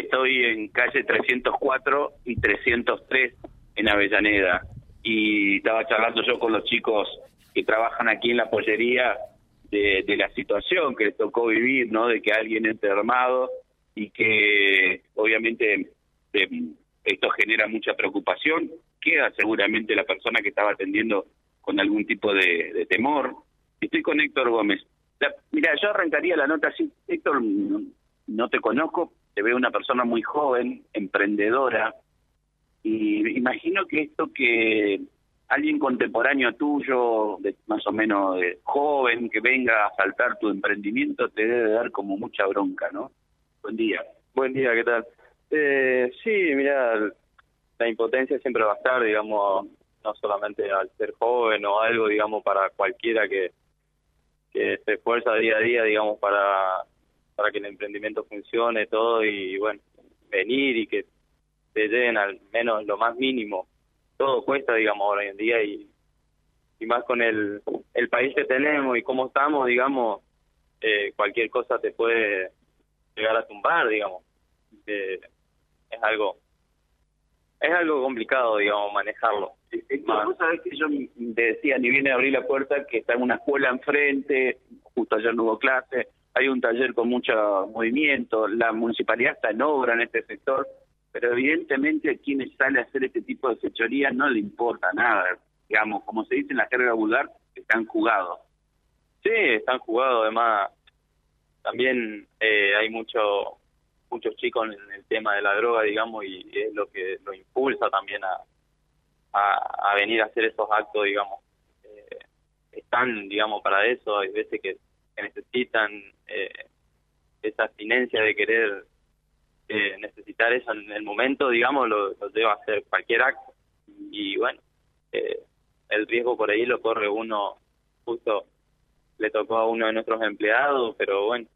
estoy en calle 304 y 303 en Avellaneda. Y estaba charlando yo con los chicos que trabajan aquí en la pollería de la situación que les tocó vivir, ¿no? De que alguien entre armado y que obviamente esto genera mucha preocupación. Queda seguramente la persona que estaba atendiendo con algún tipo de temor. Estoy con Héctor Gómez. Mira, yo arrancaría la nota así. Héctor, no te conozco, te veo una persona muy joven, emprendedora, y imagino que esto que alguien contemporáneo tuyo, más o menos joven, que venga a asaltar tu emprendimiento, te debe dar como mucha bronca, ¿no? Buen día. Buen día, ¿qué tal? Sí, mira, la impotencia siempre va a estar, digamos, no solamente al ser joven o algo, digamos, para cualquiera que se esfuerza día a día, digamos, para que el emprendimiento funcione todo y, bueno, venir y que te lleguen al menos lo más mínimo. Todo cuesta, digamos, ahora en día y más con el país que tenemos y cómo estamos, digamos, cualquier cosa te puede llegar a tumbar, digamos. Es algo complicado, digamos, manejarlo. Vos sabés que yo te decía, ni viene a abrir la puerta, que está en una escuela enfrente, justo ayer no hubo clase, hay un taller con mucho movimiento, la municipalidad está en obra en este sector, pero evidentemente a quienes sale a hacer este tipo de fechorías no le importa nada, digamos, como se dice en la jerga vulgar, están jugados. Sí, están jugados, además, también hay muchos chicos en el tema de la droga, digamos, y es lo que lo impulsa también a venir a hacer esos actos, digamos. Están, digamos, para eso. Hay veces que necesitan esa abstinencia de querer necesitar eso en el momento, digamos, lo lleva a hacer cualquier acto. Y bueno, el riesgo por ahí lo corre uno, justo le tocó a uno de nuestros empleados, pero bueno,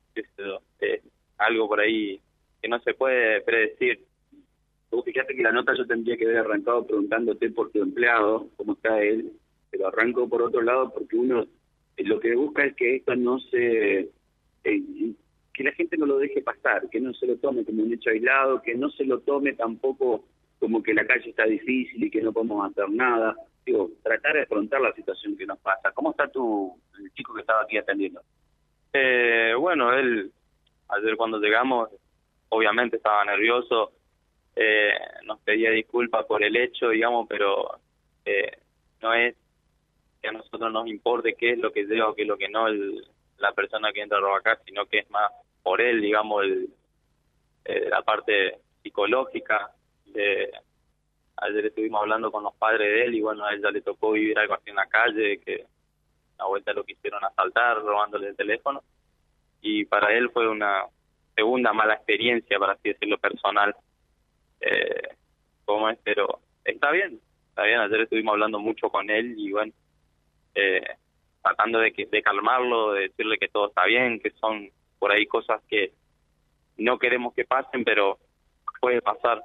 algo por ahí que no se puede predecir. Vos fíjate que la nota yo tendría que haber arrancado preguntándote por tu empleado, cómo está él, pero arranco por otro lado porque uno lo que busca es que esto no se... que la gente no lo deje pasar, que no se lo tome como un hecho aislado, que no se lo tome tampoco como que la calle está difícil y que no podemos hacer nada. Digo, tratar de afrontar la situación que nos pasa. ¿Cómo está el chico que estaba aquí atendiendo? Bueno, él, ayer cuando llegamos, obviamente estaba nervioso, nos pedía disculpas por el hecho, digamos, pero no es que a nosotros nos importe qué es lo que lleva o qué es lo que no la persona que entra a robar acá, sino que es más por él, digamos, la parte psicológica. Ayer estuvimos hablando con los padres de él y bueno, a él ya le tocó vivir algo así en la calle, que una vuelta lo quisieron asaltar robándole el teléfono, y para él fue una segunda mala experiencia, para así decirlo, personal. Pero está bien, ayer estuvimos hablando mucho con él y bueno, tratando de calmarlo, de decirle que todo está bien, que son por ahí cosas que no queremos que pasen, pero puede pasar.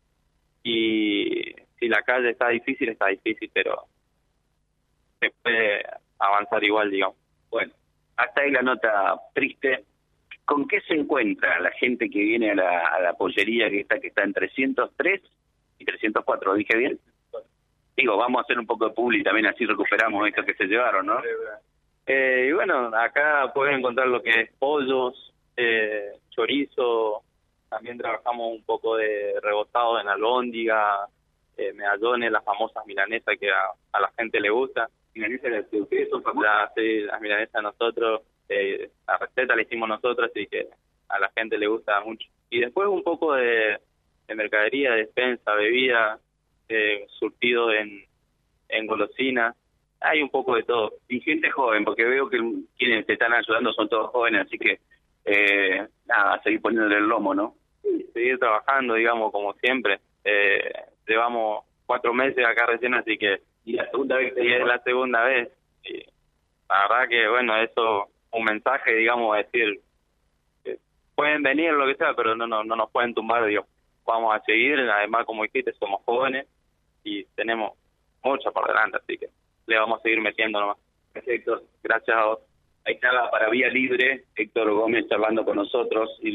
Y si la calle está difícil, pero se puede avanzar igual, digamos. Bueno, hasta ahí la nota triste. ¿Con qué se encuentra la gente que viene a la pollería que está en 303 y 304? ¿Dije bien? Digo, vamos a hacer un poco de publi también, así recuperamos esto que se llevaron, ¿no? Y bueno, acá pueden encontrar lo que es pollos, chorizo, también trabajamos un poco de rebozado en albóndiga, medallones, las famosas milanesas que a la gente le gusta. ¿Milanesas de ustedes son famosas? Sí, las milanesas de nosotros, la receta la hicimos nosotros, así que a la gente le gusta mucho. Y después un poco de mercadería, despensa, bebida, surtido en golosinas, hay un poco de todo. Y gente joven, porque veo que quienes te están ayudando son todos jóvenes, así que nada, seguir poniéndole el lomo, ¿no? Sí, seguir trabajando, digamos, como siempre. Llevamos 4 meses acá recién, así que... ¿Y la segunda vez? Y es la segunda vez. Y la verdad que, bueno, eso, un mensaje, digamos, decir, pueden venir, lo que sea, pero no nos pueden tumbar, digo. Vamos a seguir, además, como dijiste, somos jóvenes y tenemos mucho por delante, así que le vamos a seguir metiendo nomás. Gracias, Héctor. Gracias a vos. Ahí estaba para Vía Libre, Héctor Gómez charlando con nosotros, Silvio.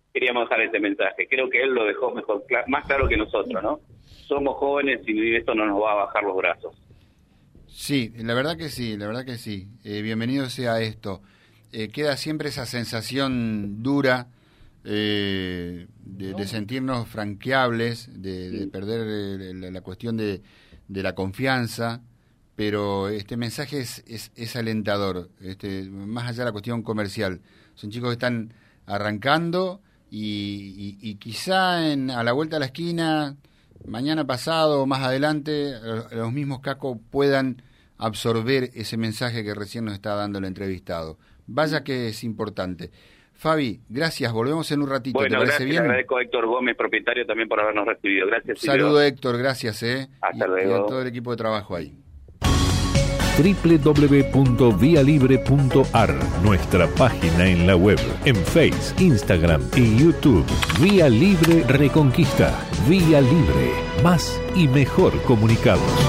queríamos dejar ese mensaje. Creo que él lo dejó más claro que nosotros, ¿no? Somos jóvenes y esto no nos va a bajar los brazos. Sí, la verdad que sí, bienvenido sea esto. Queda siempre esa sensación dura de sentirnos franqueables, de perder la cuestión de la confianza, pero este mensaje es alentador, más allá de la cuestión comercial. Son chicos que están arrancando y quizá a la vuelta a la esquina, mañana pasado o más adelante, los mismos Caco puedan absorber ese mensaje que recién nos está dando el entrevistado. Vaya que es importante. Fabi, gracias, volvemos en un ratito. Bueno, ¿te parece gracias, bien? Le agradezco a Héctor Gómez, propietario, también por habernos recibido. Gracias. Saludo, Héctor, gracias. Hasta y luego. a todo el equipo de trabajo ahí. www.vialibre.ar, nuestra página en la web, en Face, Instagram y YouTube. Vía Libre Reconquista. Vía Libre, más y mejor comunicados.